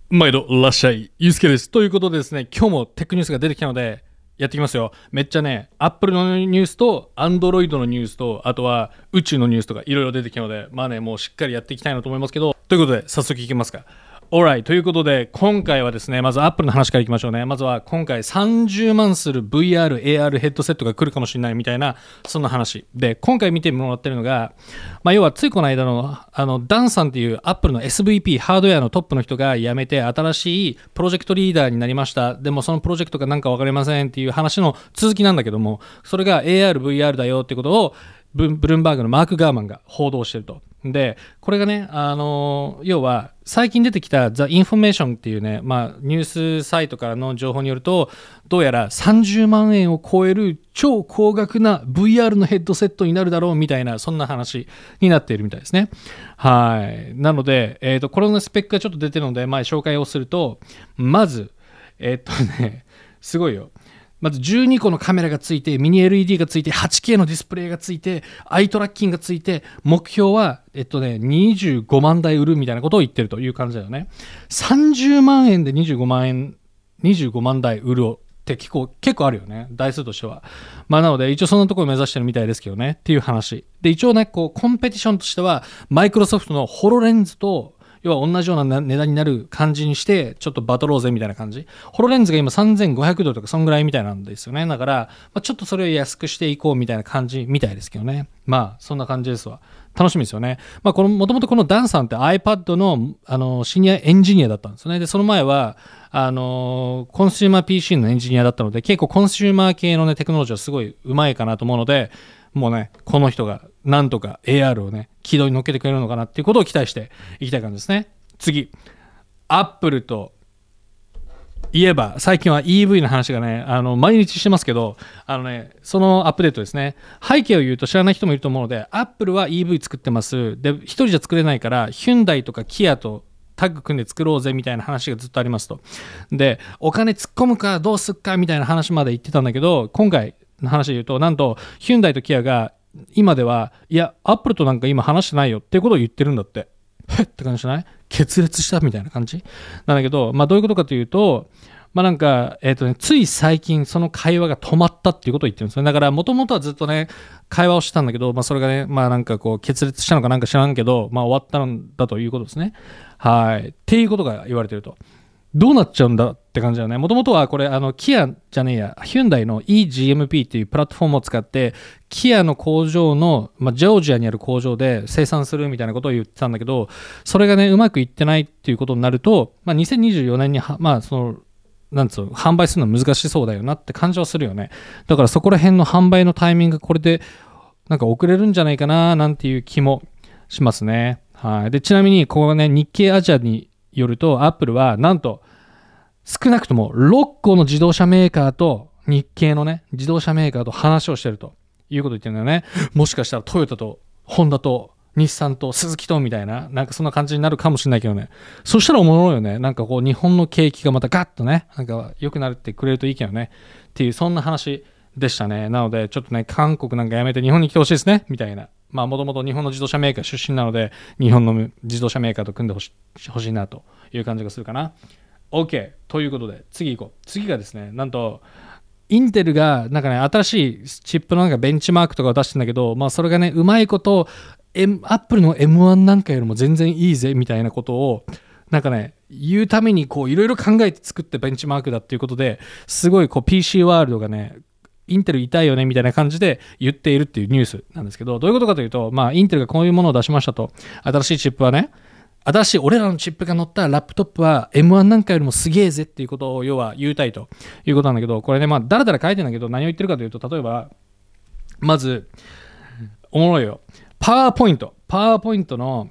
毎度いらっしゃい、ゆうすけです。ということでですね、今日もテックニュースが出てきたので、やっていきますよ。めっちゃね、Apple のニュースと Android のニュースと、あとは宇宙のニュースとかいろいろ出てきたので、まあね、もうしっかりやっていきたいなと思いますけど、ということで、早速いきますか。Alright ということで今回はですね、まず Apple の話からいきましょうね。まずは今回30万する VR、AR ヘッドセットが来るかもしれないみたいな、そんな話で、今回見てもらってるのが、要はついこの間のダンさんっていう Apple の SVP ハードウェアのトップの人が辞めて新しいプロジェクトリーダーになりました。でもそのプロジェクトが何か分かりませんっていう話の続きなんだけども、それが AR、VR だよってことをブルームバーグのマーク・ガーマンが報道してると。で、これがね、要は最近出てきた The Information っていうね、ニュースサイトからの情報によると、どうやら30万円を超える超高額な VR のヘッドセットになるだろうみたいな、そんな話になっているみたいですね。はい。なので、これのスペックがちょっと出てるので、紹介をすると、まず、すごいよ。まず12個のカメラがついて、ミニ LED がついて、8K のディスプレイがついて、アイトラッキングがついて、目標は、25万台売るみたいなことを言ってるという感じだよね。30万円で25万台売るって結構あるよね。台数としては。なので、一応そんなところを目指してるみたいですけどね。っていう話。で、一応ね、コンペティションとしては、マイクロソフトのホロレンズと、要は同じような値段になる感じにしてちょっとバトろうぜみたいな感じ。ホロレンズが今3500ドルとかそんぐらいみたいなんですよね。だから、ちょっとそれを安くしていこうみたいな感じみたいですけどね。そんな感じですわ。楽しみですよね。もともとこのダンさんって iPad のシニアエンジニアだったんですよね。でその前はコンシューマー PC のエンジニアだったので、結構コンシューマー系のねテクノロジーはすごいうまいかなと思うので、もうね、この人がなんとか AR をね、軌道に乗っけてくれるのかなっていうことを期待していきたい感じですね。次、Apple といえば、最近は EV の話がね、毎日してますけど、そのアップデートですね。背景を言うと知らない人もいると思うので、Apple は EV 作ってます。で、一人じゃ作れないから、ヒュンダイとかキアとタッグ組んで作ろうぜみたいな話がずっとありますと。で、お金突っ込むかどうすっかみたいな話まで言ってたんだけど、今回の話で言うと、なんとヒュンダイとキアが今では、いや、アップルとなんか今話してないよっていうことを言ってるんだって。って感じじゃない？決裂したみたいな感じなんだけど、どういうことかというと、つい最近その会話が止まったっていうことを言ってるんですね。だからもともとはずっとね、会話をしてたんだけど、それがね、決裂したのかなんか知らんけど、終わったんだということですね。はい。っていうことが言われてると。どうなっちゃうんだって感じだよね。もともとはこれ、キアじゃねえや、ヒュンダイの eGMP っていうプラットフォームを使って、キアの工場の、ジョージアにある工場で生産するみたいなことを言ってたんだけど、それがね、うまくいってないっていうことになると、2024年に販売するの難しそうだよなって感じはするよね。だからそこら辺の販売のタイミング、これでなんか遅れるんじゃないかななんていう気もしますね。はい。で、ちなみに、ここがね、日経アジアによると、アップルはなんと少なくとも6個の自動車メーカーと、日系のね、自動車メーカーと話をしてるということを言ってるんだよね。もしかしたらトヨタとホンダと日産と鈴木とみたいな、なんかそんな感じになるかもしれないけどね。そしたらおもろいよね。なんか日本の景気がまたガッとね、なんか良くなってくれるといいけどね。っていう、そんな話でしたね。なので、ちょっとね、韓国なんかやめて日本に来てほしいですね。みたいな。もともと日本の自動車メーカー出身なので、日本の自動車メーカーと組んでほしいなという感じがするかな。OK。ということで、次行こう。次がですね、なんと、インテルがなんかね、新しいチップのなんかベンチマークとかを出してんだけど、それがね、うまいこと、アップルの M1 なんかよりも全然いいぜみたいなことをなんかね言うためにいろいろ考えて作ってベンチマークだっていうことで、すごいPC ワールドがね、インテル痛いよねみたいな感じで言っているっていうニュースなんですけど、どういうことかというと、インテルがこういうものを出しましたと。新しいチップはね、新しい俺らのチップが乗ったラップトップは M1 なんかよりもすげえぜっていうことを要は言いたいということなんだけど、これね、だらだら書いてるんだけど、何を言ってるかというと、例えばまずおもろいよ、パワーポイントを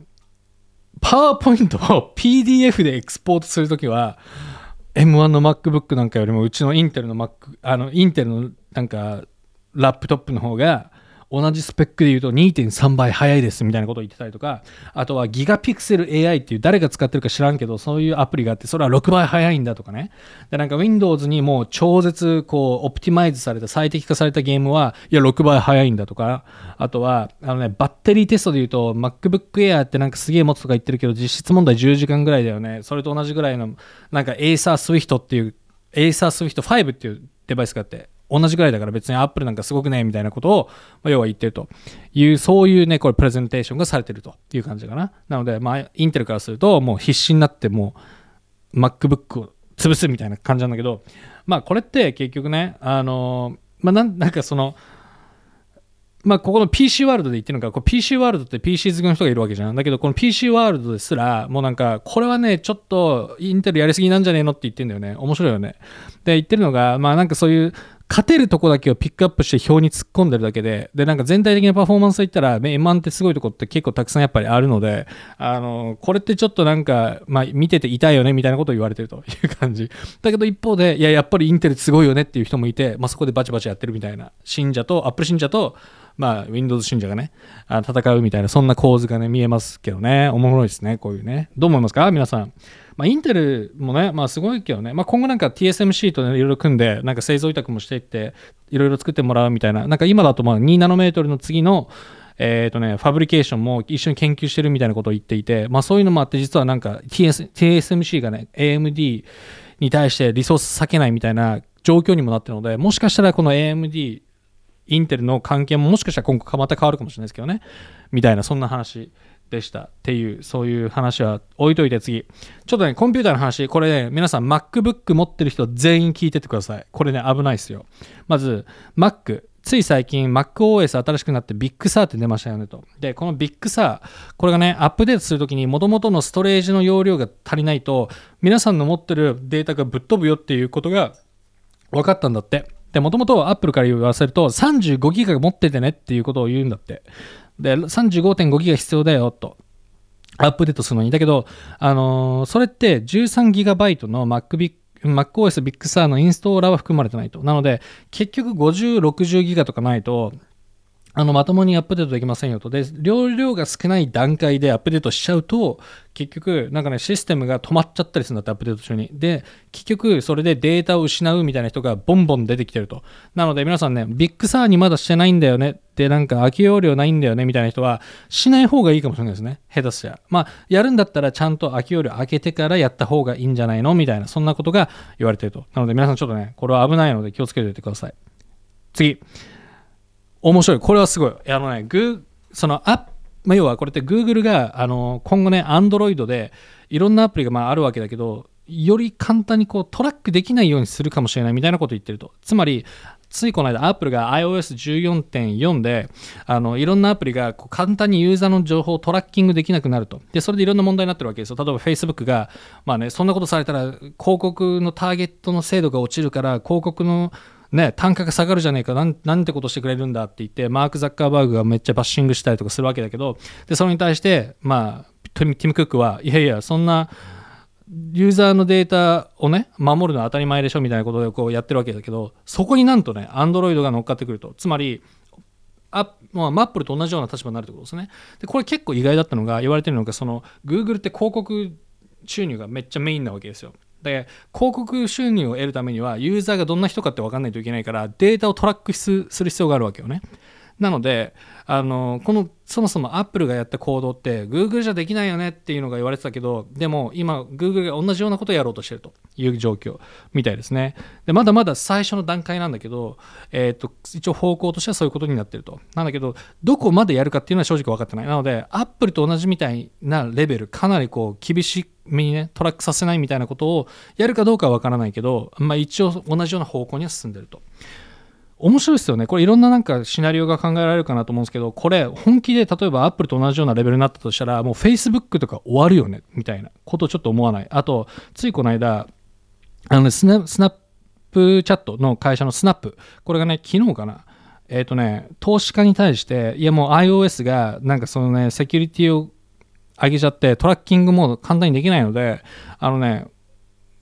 PDF でエクスポートするときは M1 の MacBook なんかよりもうちのインテルのインテルのなんかラップトップの方が同じスペックで言うと 2.3 倍速いですみたいなことを言ってたりとか、あとはギガピクセル AI っていう誰が使ってるか知らんけど、そういうアプリがあって、それは6倍速いんだとかね。で、なんか Windows にもう超絶こうオプティマイズされた最適化されたゲームは、いや6倍速いんだとか、あとはバッテリーテストで言うと MacBook Air ってなんかすげえ持つとか言ってるけど、実質問題10時間ぐらいだよね。それと同じぐらいのなんか Acer Swift っていうAcer Swift 5っていうデバイスがあって、同じぐらいだから別に Apple なんかすごくねみたいなことを、要は言ってるという、そういうねこれプレゼンテーションがされてるという感じかな。なのでインテルからするともう必死になってもう MacBook を潰すみたいな感じなんだけど、これって結局ねなんかそのここの PC ワールドで言ってるのか、こう PC ワールドって PC 好きの人がいるわけじゃん。だけどこの PC ワールドですらもうなんかこれはねちょっとインテルやりすぎなんじゃねえのって言ってんだよね。面白いよね。で言ってるのがなんかそういう勝てるとこだけをピックアップして表に突っ込んでるだけで、なんか全体的なパフォーマンスで言ったら M1 ってすごいとこって結構たくさんやっぱりあるので、これってちょっとなんか見てて痛いよねみたいなことを言われてるという感じだけど、一方でやっぱりインテルすごいよねっていう人もいて、そこでバチバチやってるみたいな信者とアップル信者とWindows 信者がね戦うみたいな、そんな構図がね見えますけどね。おもろいですねこういうね。どう思いますか皆さん。インテルもねすごいけどね、今後なんか TSMC とねいろいろ組んでなんか製造委託もしていっていろいろ作ってもらうみたいな、なんか今だと2ナノメートルの次のファブリケーションも一緒に研究してるみたいなことを言っていて、そういうのもあって実はなんか TSMC がね AMD に対してリソース割けないみたいな状況にもなってるので、もしかしたらこの AMDインテルの関係ももしかしたら今後また変わるかもしれないですけどねみたいな、そんな話でしたっていう、そういう話は置いといて、次ちょっとねコンピューターの話、これね皆さん MacBook 持ってる人全員聞いててください。これね危ないですよ。まず Mac、つい最近 MacOS 新しくなってビッグサーって出ましたよねと。でこのビッグサー、これがねアップデートするときに元々のストレージの容量が足りないと皆さんの持ってるデータがぶっ飛ぶよっていうことが分かったんだって。でもともとアップルから言わせると35ギガ持っててねっていうことを言うんだって。で 35.5 ギガ必要だよとアップデートするのに。だけど、それって13ギガバイトの MacOS ビッグサーのインストーラーは含まれてないと。なので結局50、60ギガとかないとまともにアップデートできませんよと。で、容量が少ない段階でアップデートしちゃうと、結局、なんかね、システムが止まっちゃったりするんだって、アップデート中に。で、結局、それでデータを失うみたいな人がボンボン出てきてると。なので、皆さんね、ビッグサーにまだしてないんだよね。で、なんか空き容量ないんだよね、みたいな人は、しない方がいいかもしれないですね。下手すりゃ。やるんだったら、ちゃんと空き容量開けてからやった方がいいんじゃないのみたいな、そんなことが言われてると。なので、皆さんちょっとね、これは危ないので気をつけておいてください。次。面白い。これはすごい。その要はこれって Google が今後ね Android でいろんなアプリがあるわけだけど、より簡単にこうトラックできないようにするかもしれないみたいなことを言ってると。つまりついこの間 Apple が iOS14.4 でいろんなアプリがこう簡単にユーザーの情報をトラッキングできなくなると。でそれでいろんな問題になってるわけですよ。例えば Facebook がそんなことされたら広告のターゲットの精度が落ちるから広告の単価が下がるじゃねえか、なんてことしてくれるんだって言ってマーク・ザッカーバーグがめっちゃバッシングしたりとかするわけだけど、でそれに対してティム・クックはいやいやそんなユーザーのデータをね守るのは当たり前でしょみたいなことでこうやってるわけだけど、そこになんとね Android が乗っかってくると。つまりマップルと同じような立場になるってことですね。でこれ結構意外だったのが、言われてるのがその Google って広告収入がめっちゃメインなわけですよ。で広告収入を得るためにはユーザーがどんな人かって分かんないといけないから、データをトラックする必要があるわけよね。なのでそもそもアップルがやった行動って Google じゃできないよねっていうのが言われてたけど、でも今 Google が同じようなことをやろうとしてるという状況みたいですね。でまだまだ最初の段階なんだけど、一応方向としてはそういうことになってると。なんだけどどこまでやるかっていうのは正直分かってない。なのでアップルと同じみたいなレベル、かなりこう厳しめにねトラックさせないみたいなことをやるかどうかは分からないけど、一応同じような方向には進んでると。面白いですよね。これいろんななんかシナリオが考えられるかなと思うんですけど、これ本気で例えばアップルと同じようなレベルになったとしたらもう Facebook とか終わるよねみたいなことをちょっと思わない。あとついこの間スナップチャットの会社のスナップ、これがね昨日かな投資家に対していやもう iOS がなんかそのねセキュリティを上げちゃってトラッキングも簡単にできないので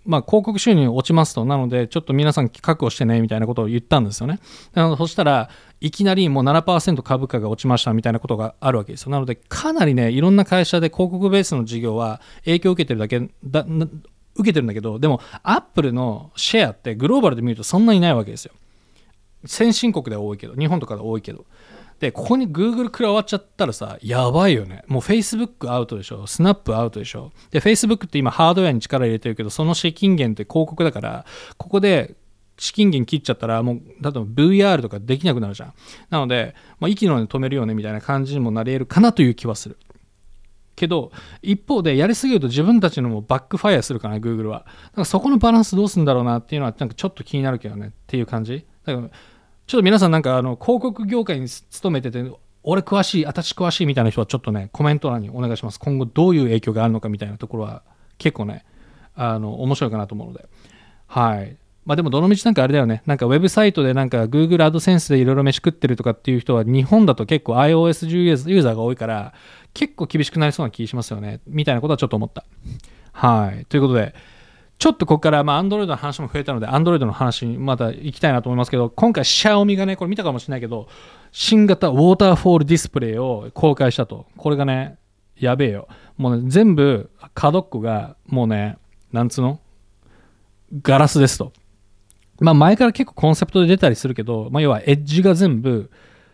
まあ、広告収入落ちますと、なのでちょっと皆さん確保してねみたいなことを言ったんですよね。そしたらいきなりもう 7% 株価が落ちましたみたいなことがあるわけですよ。なのでかなりね、いろんな会社で広告ベースの事業は影響を受けてる受けてるんだけど、でもアップルのシェアってグローバルで見るとそんなにないわけですよ。先進国では多いけど、日本とかで多いけど。でここに Google 加わっちゃったらさ、やばいよね。もう Facebook アウトでしょ、スナップアウトでしょ。で Facebook って今ハードウェアに力入れてるけど、その資金源って広告だから、ここで資金源切っちゃったらもう例えば VR とかできなくなるじゃん。なので、息の根止めるよねみたいな感じにもなり得るかなという気はするけど、一方でやりすぎると自分たちのもバックファイアするから、ね、Google は。だからそこのバランスどうするんだろうなっていうのはなんかちょっと気になるけどねっていう感じだから、ちょっと皆さんなんか広告業界に勤めてて、俺詳しい、私詳しいみたいな人はちょっとね、コメント欄にお願いします。今後どういう影響があるのかみたいなところは結構ね、面白いかなと思うので。はい。まあでもどの道なんかあれだよね。なんかウェブサイトでなんか Google AdSense でいろいろ飯食ってるとかっていう人は、日本だと結構 iOS ユーザーが多いから結構厳しくなりそうな気しますよね。みたいなことはちょっと思った。はい。ということで、ちょっとここからAndroid の話も増えたので Android の話にまた行きたいなと思いますけど、今回 Xiaomi がね、これ見たかもしれないけど、新型ウォーターフォールディスプレイを公開したと。これがね、やべえよ。もうね、全部角っこがもうね、なんつうのガラスですと。まあ前から結構コンセプトで出たりするけど、要はエッジが全部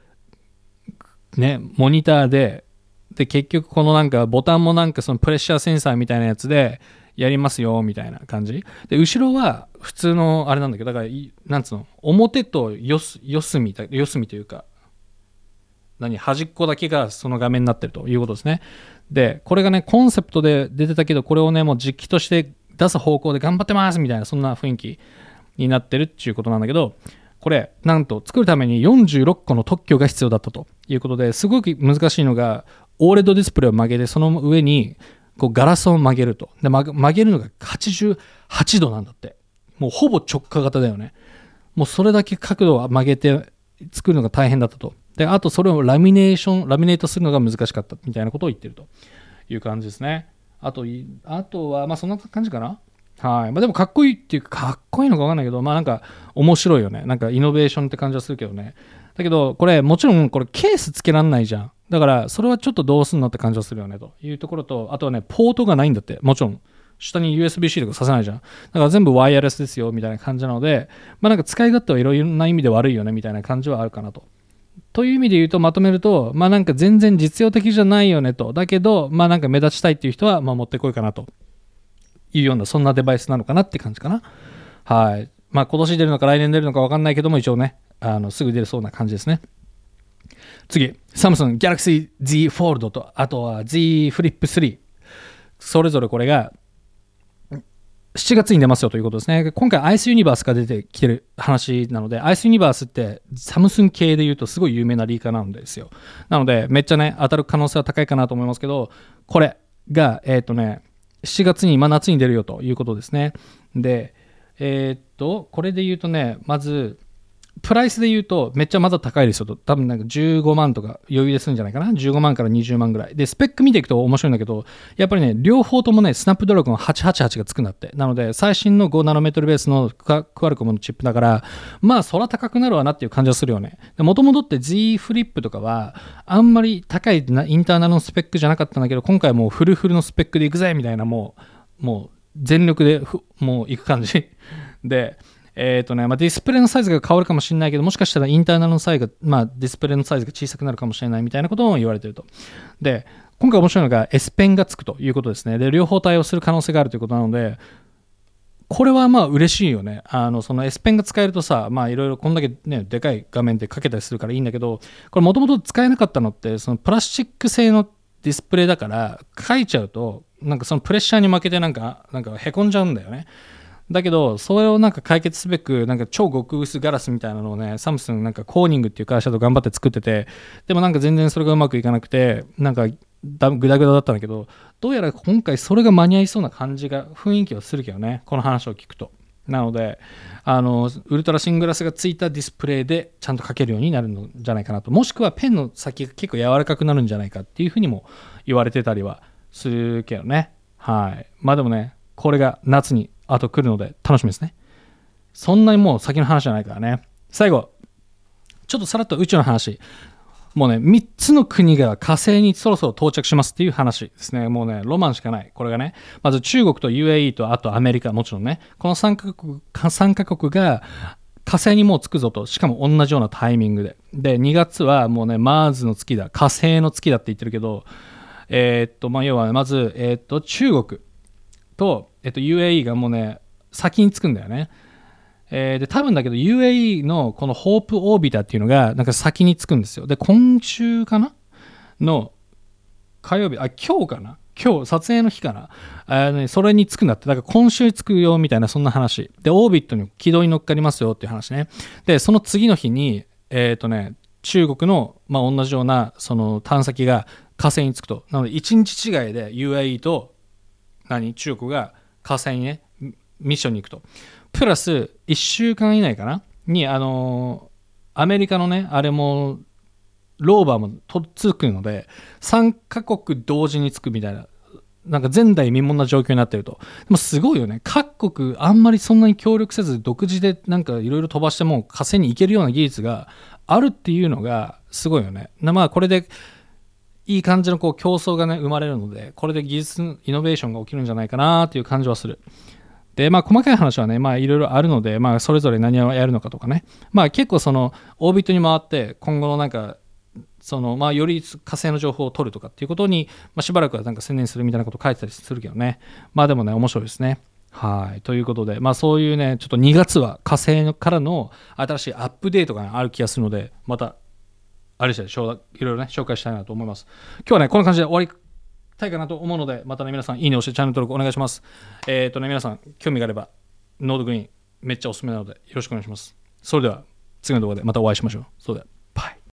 ね、モニターで、結局このなんかボタンもなんかそのプレッシャーセンサーみたいなやつでやりますよみたいな感じで、後ろは普通のあれなんだけど、だからなんつうの、表と四隅というか端っこだけがその画面になってるということですね。でこれがね、コンセプトで出てたけど、これをねもう実機として出す方向で頑張ってますみたいな、そんな雰囲気になってるっていうことなんだけど、これなんと作るために46個の特許が必要だったということで、すごく難しいのが OLED ディスプレイを曲げて、その上にこうガラスを曲げると。で曲げるのが88度なんだって。もうほぼ直下型だよね。もうそれだけ角度を曲げて作るのが大変だったと。であとそれをラミネートするのが難しかったみたいなことを言ってるという感じですね。あとはそんな感じかな。はい。でもかっこいいっていうか、かっこいいのか分かんないけど、なんか面白いよね。なんかイノベーションって感じはするけどね。だけどこれもちろんこれケースつけらんないじゃん。だからそれはちょっとどうすんのって感じはするよねというところと、あとはね、ポートがないんだって。もちろん下に USB-C とかさせないじゃん。だから全部ワイヤレスですよみたいな感じなので、なんか使い勝手はいろいろな意味で悪いよねみたいな感じはあるかなと。という意味で言うと、まとめると、なんか全然実用的じゃないよねと。だけどなんか目立ちたいっていう人は持ってこいかなというような、そんなデバイスなのかなって感じかな。はい。今年出るのか来年出るのか分かんないけども、一応ね、すぐ出るそうな感じですね。次、サムスン Galaxy Z Fold と、あとは Z Flip 3。それぞれこれが7月に出ますよということですね。今回アイスユニバースが出てきてる話なので、アイスユニバースってサムスン系で言うとすごい有名なリーカーなんですよ。なのでめっちゃね、当たる可能性は高いかなと思いますけど、これが7月に夏に出るよということですね。でこれで言うとね、まずプライスで言うとめっちゃまだ高いですよと。多分なんか15万とか余裕でするんじゃないかな。15万から20万ぐらいで、スペック見ていくと面白いんだけど、やっぱりね、両方ともね、スナップドラゴン888がつくんだって。なので最新の5ナノメートルベースのクアルコムのチップだから、そら高くなるわなっていう感じはするよね。もともとって Z フリップとかはあんまり高いインターナルのスペックじゃなかったんだけど、今回もうフルフルのスペックでいくぜみたいな、もう全力でもういく感じで、ディスプレイのサイズが変わるかもしれないけど、もしかしたらインターナルのサイズが、ディスプレイのサイズが小さくなるかもしれないみたいなことも言われていると。で、今回面白いのが S ペンがつくということですね。で、両方対応する可能性があるということなので、これは嬉しいよね。その S ペンが使えるとさ、いろいろこんだけね、でかい画面でかけたりするからいいんだけど、これもともと使えなかったのって、そのプラスチック製のディスプレイだから、書いちゃうと、なんかそのプレッシャーに負けてなんかへこんじゃうんだよね。だけどそれをなんか解決すべく、なんか超極薄ガラスみたいなのをね、サムスンなんかコーニングっていう会社と頑張って作ってて、でもなんか全然それがうまくいかなくて、なんかグダグダだったんだけど、どうやら今回それが間に合いそうな感じが、雰囲気はするけどね、この話を聞くと。なのでウルトラシングラスがついたディスプレイでちゃんと書けるようになるのじゃないかなと。もしくはペンの先が結構柔らかくなるんじゃないかっていうふうにも言われてたりはするけどね。はい。でもね、これが夏にあと来るので楽しみですね。そんなにもう先の話じゃないからね。最後、ちょっとさらっと宇宙の話。もうね、3つの国が火星にそろそろ到着しますっていう話ですね。もうね、ロマンしかない。これがね、まず中国と UAE とあとアメリカ、もちろんね、この3カ国が火星にもう着くぞと、しかも同じようなタイミングで。で、2月はもうね、マーズの月だ、火星の月だって言ってるけど、要はまず、中国と、UAE がもうね、先に着くんだよね。で多分だけど UAE のこのホープオービターっていうのがなんか先に着くんですよ。で今週かなの火曜日、今日かな、今日撮影の日かな、それに着くんだって。だから今週着くよみたいな、そんな話で、オービットに軌道に乗っかりますよっていう話ね。でその次の日に中国の、同じようなその探査機が火星に着くと。なので1日違いで UAE と中国が火星にねミッションに行くと。プラス1週間以内かなにアメリカのねあれもローバーもとっつくので3カ国同時につくみたいな、なんか前代未聞な状況になってると。でもすごいよね。各国あんまりそんなに協力せず独自でなんかいろいろ飛ばしても火星に行けるような技術があるっていうのがすごいよね。これでいい感じのこう競争がね生まれるので、これで技術イノベーションが起きるんじゃないかなっていう感じはする。で細かい話はねいろいろあるので、それぞれ何をやるのかとかね、結構そのオービットに回って今後のなんかそのより火星の情報を取るとかっていうことに、しばらくはなんか専念するみたいなことを書いてたりするけどね。でもね面白いですね。はいということでそういうねちょっと2月は火星からの新しいアップデートが、ある気がするので、またあれしたらいろいろね紹介したいなと思います。今日はねこんな感じで終わりたいかなと思うので、またね皆さんいいね押してチャンネル登録お願いします。皆さん興味があればノードグリーンめっちゃおすすめなのでよろしくお願いします。それでは次の動画でまたお会いしましょう。そうだ